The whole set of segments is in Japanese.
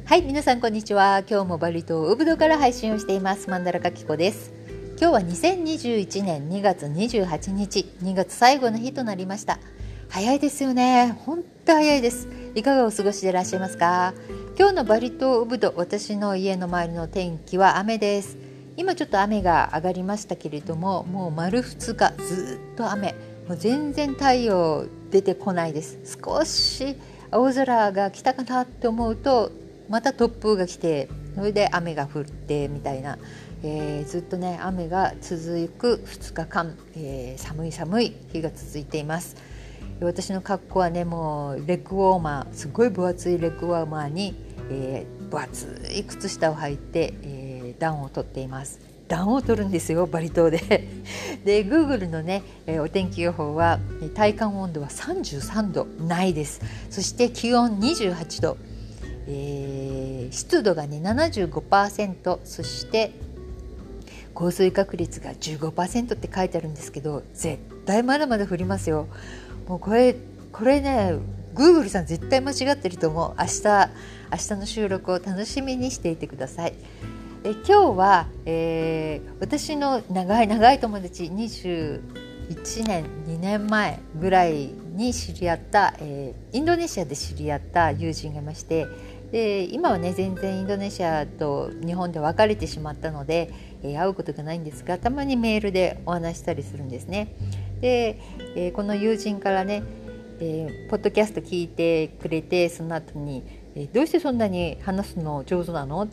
はい、皆さんこんにちは。今日もバリ島ウブドから配信をしていますマンダラカキコです。今日は2021年2月28日、2月最後の日となりました。早いですよね。本当早いです。いかがお過ごしでいらっしゃいますか？今日のバリ島ウブド、私の家の周りの天気は雨です。今ちょっと雨が上がりましたけれども、もう丸2日ずっと雨、もう全然太陽出てこないです。少し青空が来たかなと思うとまた突風が来て、それで雨が降ってみたいな、ずっとね雨が続く2日間、寒い日が続いています。私の格好はね、もうレッグウォーマー、すごい分厚いレッグウォーマーに、分厚い靴下を履いて、暖を取っています。暖を取るんですよ、バリ島でで Google のね、お天気予報は体感温度は33度ないです。そして気温28度、湿度がね 75%、 そして降水確率が 15% って書いてあるんですけど、絶対まだまだ降りますよ。もうこれね Google さん絶対間違ってると思う。明日の収録を楽しみにしていてください。今日は、私の長い友達、21年2年前ぐらいに知り合った、インドネシアで知り合った友人がいまして、で今はね全然インドネシアと日本で別れてしまったので、会うことがないんですが、たまにメールでお話したりするんですね。で、この友人からね、ポッドキャスト聞いてくれて、その後に、どうしてそんなに話すの上手なのって、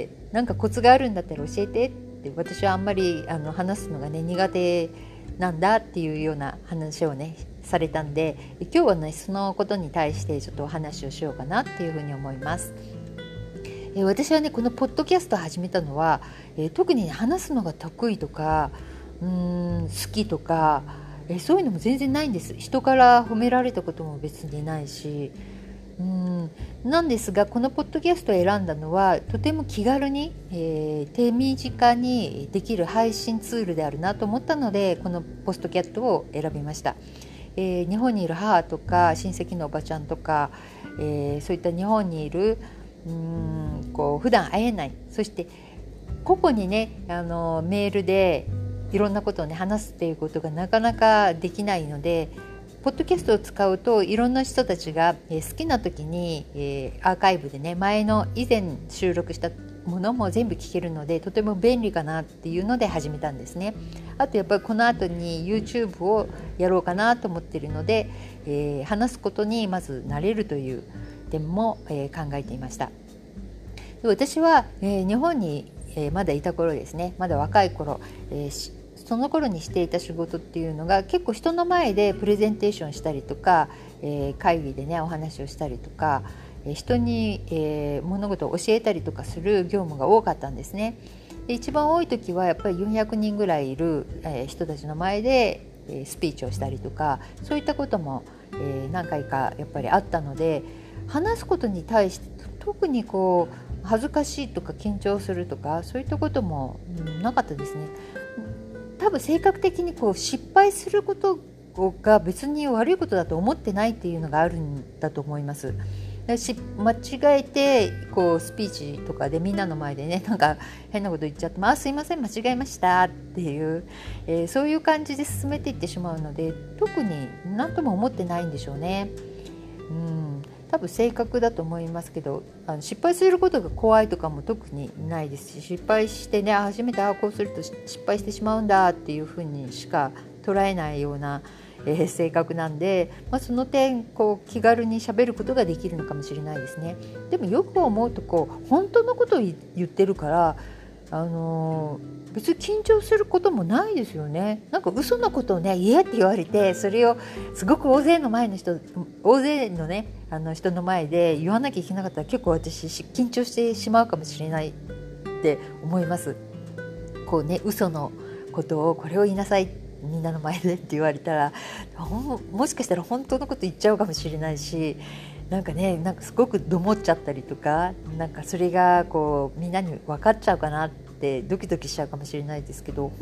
なんかコツがあるんだったら教えてって、私はあんまり話すのがね苦手なんだっていうような話をねされたんで、今日はねそのことに対してちょっとお話をしようかなっていうふうに思います。私はねこのポッドキャストを始めたのは、特に、ね、話すのが得意とか好きとか、そういうのも全然ないんです。人から褒められたことも別にないし、なんですが、このポッドキャストを選んだのはとても気軽に、手短にできる配信ツールであるなと思ったので、このポッドキャストを選びました。日本にいる母とか親戚のおばちゃんとか、そういった日本にいる普段会えない、そして個々にねメールでいろんなことをね話すっていうことがなかなかできないので、ポッドキャストを使うといろんな人たちが好きな時にアーカイブでね以前収録したものも全部聞けるので、とても便利かなっていうので始めたんですね。あとやっぱりこの後に YouTube をやろうかなと思っているので、話すことにまず慣れるという点も、考えていました。で私は、日本に、まだいた頃ですね、まだ若い頃、その頃にしていた仕事っていうのが結構人の前でプレゼンテーションしたりとか、会議でねお話をしたりとか、人に、物事を教えたりとかする業務が多かったんですね。で一番多い時はやっぱり400人ぐらいいる、人たちの前で、スピーチをしたりとか、そういったことも、何回かやっぱりあったので、話すことに対して特に恥ずかしいとか緊張するとかそういったことも、なかったですね。多分性格的に失敗することが別に悪いことだと思ってないっていうのがあるんだと思います。間違えてスピーチとかでみんなの前でねなんか変なこと言っちゃって、すいません間違えましたっていう、そういう感じで進めていってしまうので、特に何とも思ってないんでしょうね。多分性格だと思いますけど、失敗することが怖いとかも特にないですし、失敗してね初めてこうすると失敗してしまうんだっていうふうにしか捉えないような、性格なんで、その点気軽に喋ることができるのかもしれないですね。でもよく思うと本当のことを言ってるから、別に緊張することもないですよね。なんか嘘のことをね言えって言われて、それをすごく大勢のね人の前で言わなきゃいけなかったら、結構私緊張してしまうかもしれないって思います。嘘のことをこれを言いなさいみんなの前でって言われたら、もしかしたら本当のこと言っちゃうかもしれないし、なんかすごくどもっちゃったりとか、なんかそれがみんなに分かっちゃうかなってドキドキしちゃうかもしれないですけど、本当の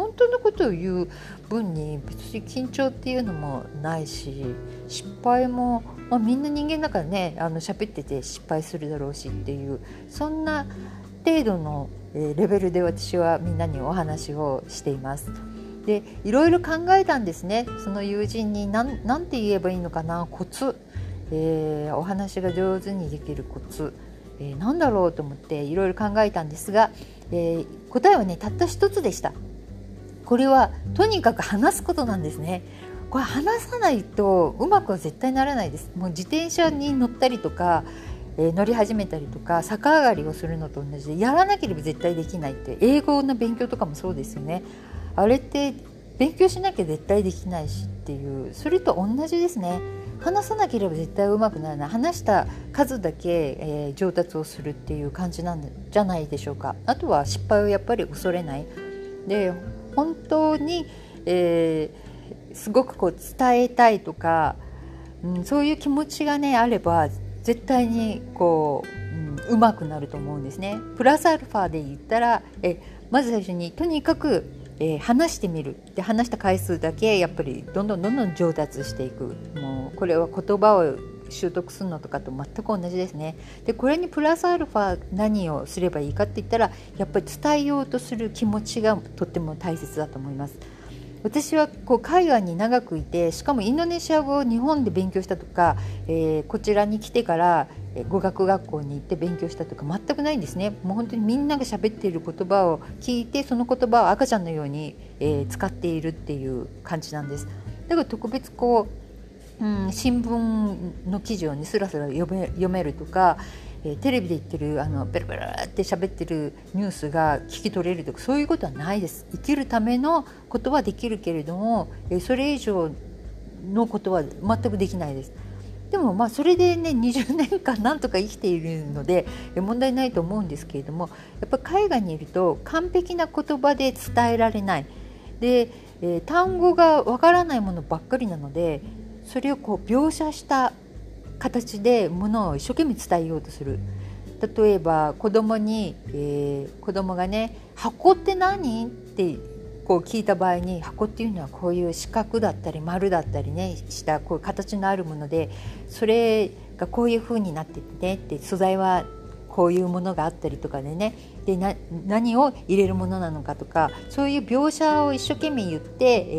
ことを言う分に別に緊張っていうのもないし、失敗も、みんな人間だからね、喋ってて失敗するだろうしっていう、そんな程度のレベルで私はみんなにお話をしています。でいろいろ考えたんですね。その友人になんて言えばいいのかな、コツ、お話が上手にできるコツ、なんだろうと思っていろいろ考えたんですが、答えはねたった一つでした。これはとにかく話すことなんですね。これ話さないとうまくは絶対ならないです。もう自転車に乗ったりとか、乗り始めたりとか逆上がりをするのと同じで、やらなければ絶対できないって、英語の勉強とかもそうですよね。あれって勉強しなきゃ絶対できないしっていう、それと同じですね。話さなければ絶対うまくならない、話した数だけ、上達をするっていう感じなんじゃないでしょうか。あとは失敗をやっぱり恐れないで、本当に、すごくこう伝えたいとか、そういう気持ちがねあれば絶対にこう、上手くなると思うんですね。プラスアルファで言ったら、まず最初にとにかく話してみる。で話した回数だけやっぱりどんどん上達していく。もうこれは言葉を習得するのとかと全く同じですね。でこれにプラスアルファ何をすればいいかって言ったら、やっぱり伝えようとする気持ちがとっても大切だと思います。私はこう海外に長くいて、しかもインドネシア語を日本で勉強したとか、こちらに来てから語学学校に行って勉強したとか全くないんですね。もう本当にみんなが喋っている言葉を聞いて、その言葉を赤ちゃんのように、使っているっていう感じなんです。だから特別こう、新聞の記事をねスラスラ読めるとか、テレビで言ってるベラベラって喋ってるニュースが聞き取れるとか、そういうことはないです。生きるためのことはできるけれども、それ以上のことは全くできないです。でもそれでね20年間なんとか生きているので問題ないと思うんですけれども、やっぱ海外にいると完璧な言葉で伝えられないで、単語がわからないものばっかりなので、それをこう描写した形でものを一生懸命伝えようとする。例えば子供に、子供がね箱って何ってこう聞いた場合に、箱っていうのはこういう四角だったり丸だったりねしたこういう形のあるもので、それがこういう風になっててねって、素材はこういうものがあったりとかでね、で何を入れるものなのかとか、そういう描写を一生懸命言って、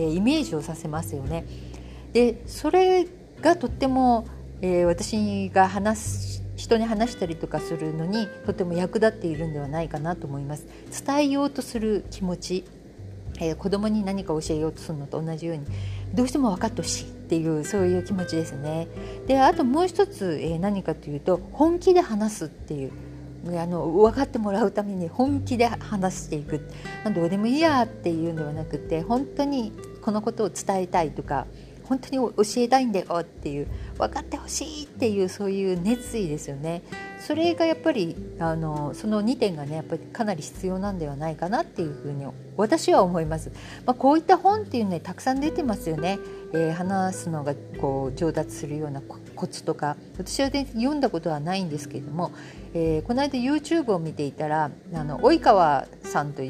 イメージをさせますよね。でそれがとっても、私が人に話したりとかするのにとても役立っているんではないかなと思います。伝えようとする気持ち、子供に何か教えようとするのと同じように、どうしても分かってほしいっていう、そういう気持ちですね。であともう一つ、何かというと本気で話すっていう、分かってもらうために本気で話していく。どうでもいいやっていうのではなくて、本当にこのことを伝えたいとか、本当に教えたいんだよっていう、分かってほしいっていう、そういう熱意ですよね。それがやっぱりその2点がねやっぱりかなり必要なんではないかなっていうふうに私は思います。こういった本っていうのねたくさん出てますよね。話すのがこう上達するようなコツとか、私は、ね、読んだことはないんですけれども、この間 YouTube を見ていたら及川さんという、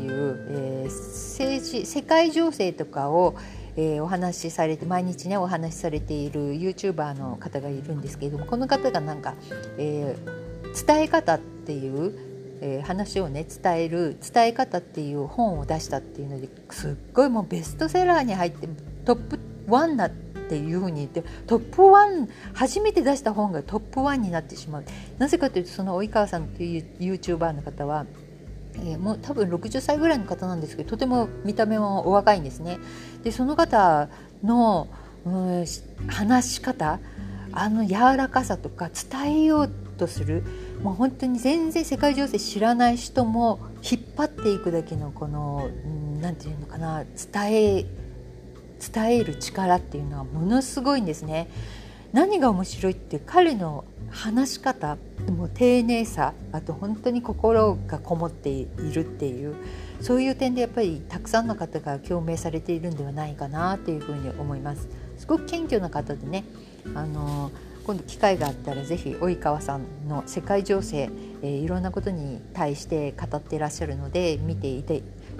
世界情勢とかをお話しされて、毎日ねお話しされている YouTuber の方がいるんですけれども、この方がなんか、伝え方っていう、話をね伝え方っていう本を出したっていうので、すっごいもうベストセラーに入ってトップ1だっていうふうに言って、トップ1、初めて出した本がトップ1になってしまう。なぜかというと、その及川さんという YouTuber の方はもう多分60歳ぐらいの方なんですけど、とても見た目もお若いんですね。でその方の、話し方、柔らかさとか伝えようとする、もう本当に全然世界情勢知らない人も引っ張っていくだけのこのなんていうのかな、伝える力っていうのはものすごいんですね。何が面白いって彼の話し方、もう丁寧さ、あと本当に心がこもっているっていう、そういう点でやっぱりたくさんの方が共鳴されているんではないかなというふうに思います。すごく謙虚な方でね、今度機会があったらぜひ及川さんの世界情勢、いろんなことに対して語っていらっしゃるので見ていて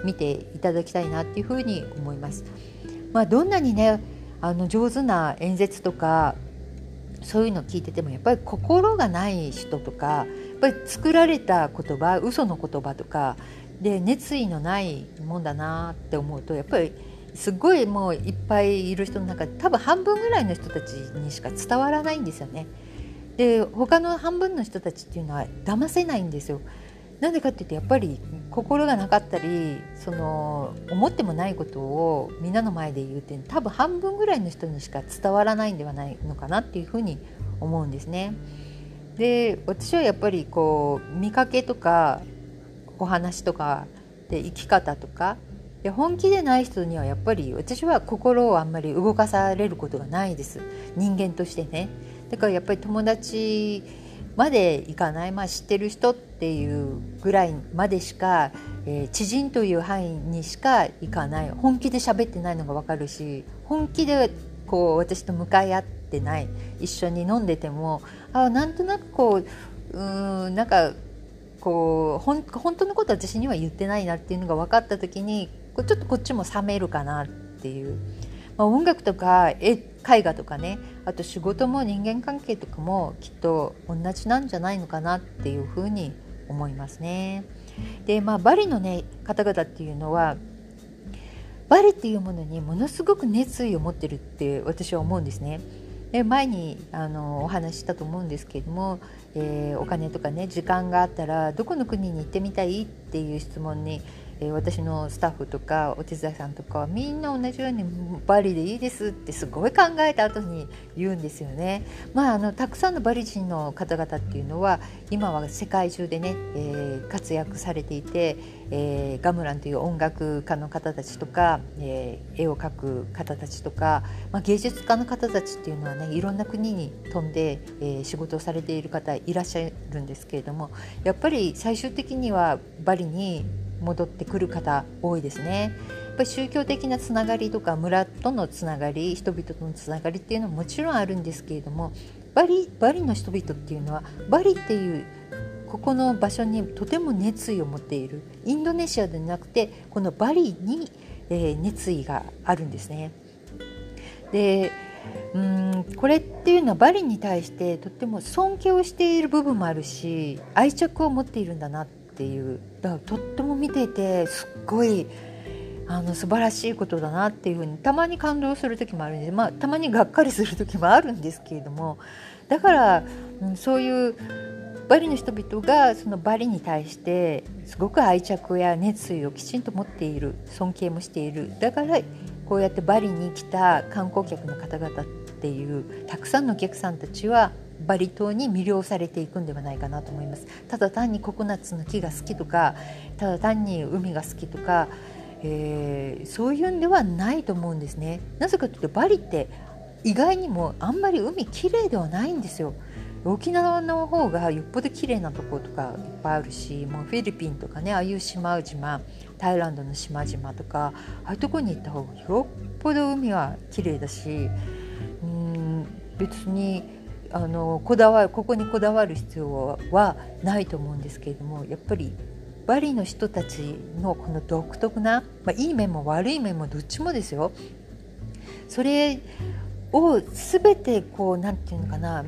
見ていただきたいなっていうふうに思います。どんなにね上手な演説とかそういうの聞いててもやっぱり心がない人とかやっぱり作られた言葉、嘘の言葉とかで熱意のないもんだなって思うと、やっぱりすごいもういっぱいいる人の中で多分半分ぐらいの人たちにしか伝わらないんですよね。で他の半分の人たちっていうのは騙せないんですよ。なんでかっていうとやっぱり心がなかったり思ってもないことをみんなの前で言うって多分半分ぐらいの人にしか伝わらないんではないのかなっていうふうに思うんですね。で私はやっぱり見かけとかお話とかで生き方とかで本気でない人にはやっぱり私は心をあんまり動かされることがないです、人間としてね。だからやっぱり友達までいかない、知ってる人っていうぐらいまでしか、知人という範囲にしかいかない。本気で喋ってないのが分かるし、本気で私と向かい合ってない、一緒に飲んでてもなんとなく本当のことは私には言ってないなっていうのが分かった時にちょっとこっちも冷めるかなっていう、音楽とか絵画とかね、あと仕事も人間関係とかもきっと同じなんじゃないのかなっていうふうに思いますね。でバリのね方々っていうのはバリっていうものにものすごく熱意を持ってるって私は思うんですね。で前にお話ししたと思うんですけれども、お金とかね時間があったらどこの国に行ってみたいっていう質問に、私のスタッフとかお手伝いさんとかはみんな同じようにバリでいいですってすごい考えた後に言うんですよね。たくさんのバリ人の方々っていうのは今は世界中でね、活躍されていて、ガムランという音楽家の方たちとか、絵を描く方たちとか、芸術家の方たちっていうのはねいろんな国に飛んで、仕事をされている方いらっしゃるんですけれども、やっぱり最終的にはバリに戻ってくる方多いですね。やっぱり宗教的なつながりとか村とのつながり、人々とのつながりっていうのももちろんあるんですけれども、バリの人々っていうのはバリっていうここの場所にとても熱意を持っている。インドネシアでなくてこのバリに、熱意があるんですね。でこれっていうのはバリに対してとっても尊敬をしている部分もあるし、愛着を持っているんだなっていう、だからとっても見ていてすっごい素晴らしいことだなっていうふうにたまに感動する時もあるんで、たまにがっかりする時もあるんですけれども、だから、そういうバリの人々がそのバリに対してすごく愛着や熱意をきちんと持っている、尊敬もしている。だからこうやってバリに来た観光客の方々っていうたくさんのお客さんたちはバリ島に魅了されていくんではないかなと思います。ただ単にココナッツの木が好きとか、ただ単に海が好きとか、そういうんではないと思うんですね。なぜかというとバリって意外にもあんまり海きれいではないんですよ。沖縄の方がよっぽど綺麗なところとかいっぱいあるし、もうフィリピンとかね、ああいう島々、タイランドの島々とかああいうところに行った方がよっぽど海は綺麗だし、別にここにこだわる必要はないと思うんですけれども、やっぱりバリの人たちのこの独特な、いい面も悪い面もどっちもですよ。それを全てなんていうのかな、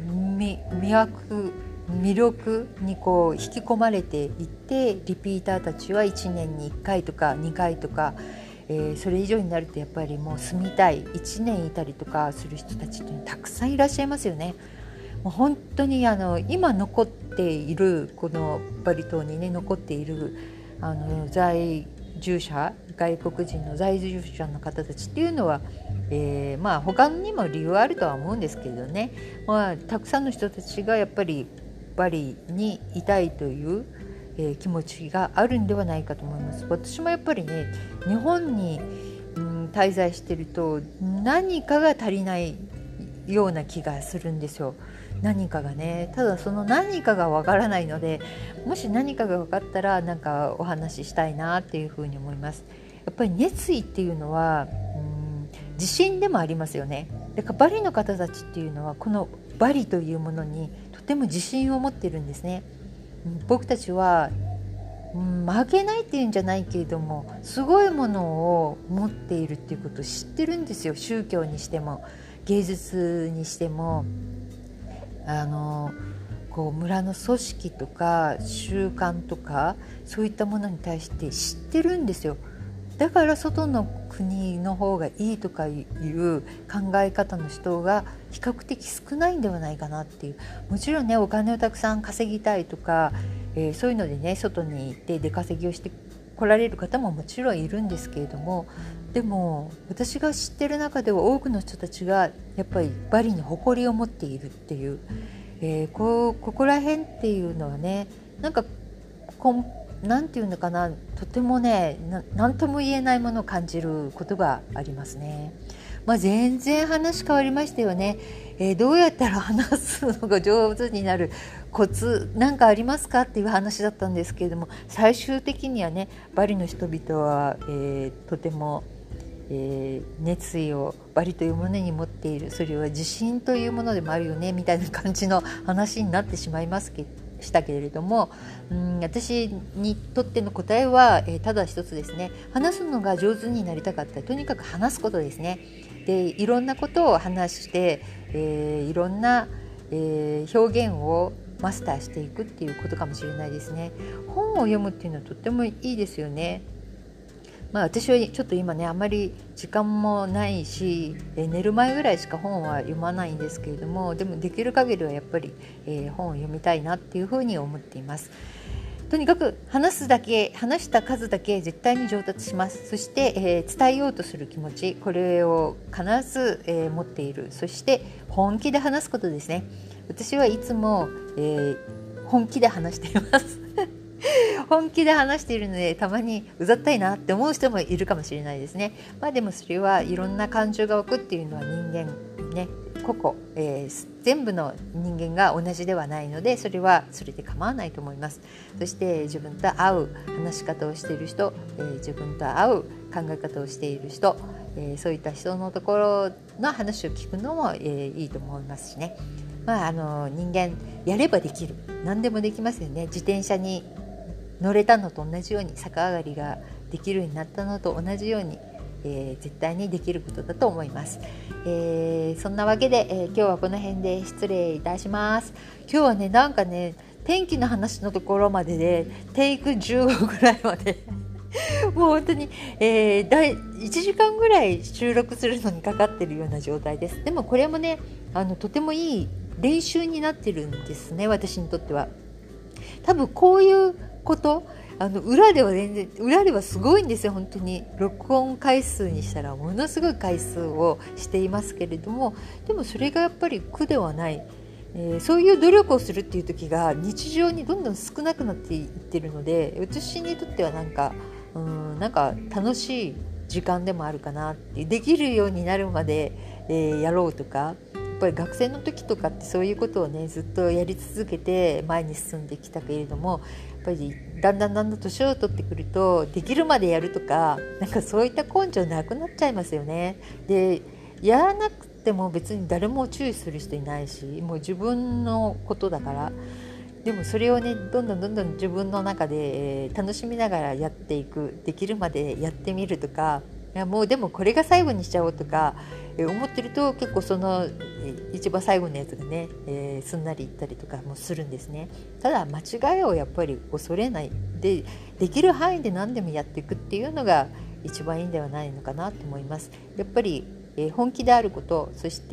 魅力に引き込まれていって、リピーターたちは1年に1回とか2回とか、それ以上になるとやっぱりもう住みたい、1年いたりとかする人たちってたくさんいらっしゃいますよね。もう本当に今残っているこのバリ島にね残っている在住者、外国人の在住者の方たちっていうのは、他にも理由はあるとは思うんですけれどね、たくさんの人たちがやっぱりバリにいたいという、気持ちがあるんではないかと思います。私もやっぱりね日本に、滞在していると何かが足りないような気がするんですよ。何かがね、ただその何かがわからないので、もし何かが分かったらなんかお話ししたいなっていうふうに思います。やっぱり熱意っていうのは自信でもありますよね。だからバリの方たちっていうのはこのバリというものにとても自信を持っているんですね。僕たちは負けないっていうんじゃないけれども、すごいものを持っているっていうことを知ってるんですよ。宗教にしても芸術にしても、村の組織とか習慣とかそういったものに対して知ってるんですよ。だから外の国の方がいいとかいう考え方の人が比較的少ないんではないかなっていう。もちろんね、お金をたくさん稼ぎたいとか、そういうのでね、外に行って出稼ぎをして来られる方ももちろんいるんですけれども、でも私が知ってる中では多くの人たちがやっぱりバリに誇りを持っているっていう、ここら辺っていうのはね、なんていうのかな、とてもね、なんとも言えないものを感じることがありますね。全然話変わりましたよね。どうやったら話すのが上手になるコツなんかありますかっていう話だったんですけれども、最終的にはね、バリの人々は、とても、熱意をバリというものに持っている。それは自信というものでもあるよねみたいな感じの話になってしまいますしたけれども、私にとっての答えは、ただ一つですね。話すのが上手になりたかったらとにかく話すことですね。で、いろんなことを話して、いろんな、表現をマスターしていくっていうことかもしれないですね。本を読むっていうのはとってもいいですよね。私はちょっと今ね、あまり時間もないし、寝る前ぐらいしか本は読まないんですけれども、でもできる限りはやっぱり、本を読みたいなっていうふうに思っています。とにかく話した数だけ絶対に上達します。そして、伝えようとする気持ち、これを必ず、持っている。そして本気で話すことですね。私はいつも、本気で話しています本気で話しているので、たまにうざったいなって思う人もいるかもしれないですね。でもそれはいろんな感情が湧くっていうのは人間ね、個々、全部の人間が同じではないので、それはそれで構わないと思います。そして自分と合う話し方をしている人、自分と合う考え方をしている人、そういった人のところの話を聞くのも、いいと思いますしね。人間やればできる、何でもできますよね。自転車に乗れたのと同じように、逆上がりができるようになったのと同じように、絶対にできることだと思います。そんなわけで、今日はこの辺で失礼いたします。今日はね、天気の話のところまででテイク15ぐらいまでもう本当に、1時間ぐらい収録するのにかかっているような状態です。でもこれもね、とてもいい練習になってるんですね、私にとっては。多分こういうこと裏ではすごいんですよ。本当に録音回数にしたらものすごい回数をしていますけれども、でもそれがやっぱり苦ではない、そういう努力をするっていう時が日常にどんどん少なくなっていってるので、私にとってはなんか楽しい時間でもあるかなって。できるようになるまで、やろうとか、やっぱり学生の時とかってそういうことをね、ずっとやり続けて前に進んできたけれども、やっぱりだんだん年を取ってくると、できるまでやるとか、そういった根性なくなっちゃいますよね。で、やらなくても別に誰も注意する人いないし、もう自分のことだから。でもそれをね、どんどん自分の中で、楽しみながらやっていく、できるまでやってみるとか、もうでもこれが最後にしちゃおうとか、思ってると、結構その一番最後のやつがね、すんなりいったりとかもするんですね。ただ間違いをやっぱり恐れないで、できる範囲で何でもやっていくっていうのが一番いいんではないのかなと思います。やっぱり、本気であること、そして、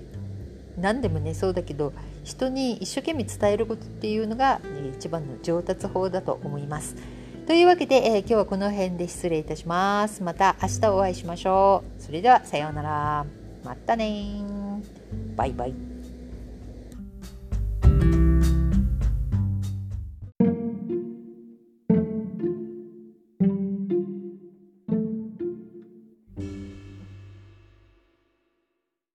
何でもねそうだけど、人に一生懸命伝えることっていうのが、一番の上達法だと思います。というわけで、今日はこの辺で失礼いたします。また明日お会いしましょう。それではさようなら。またね。バイバイ。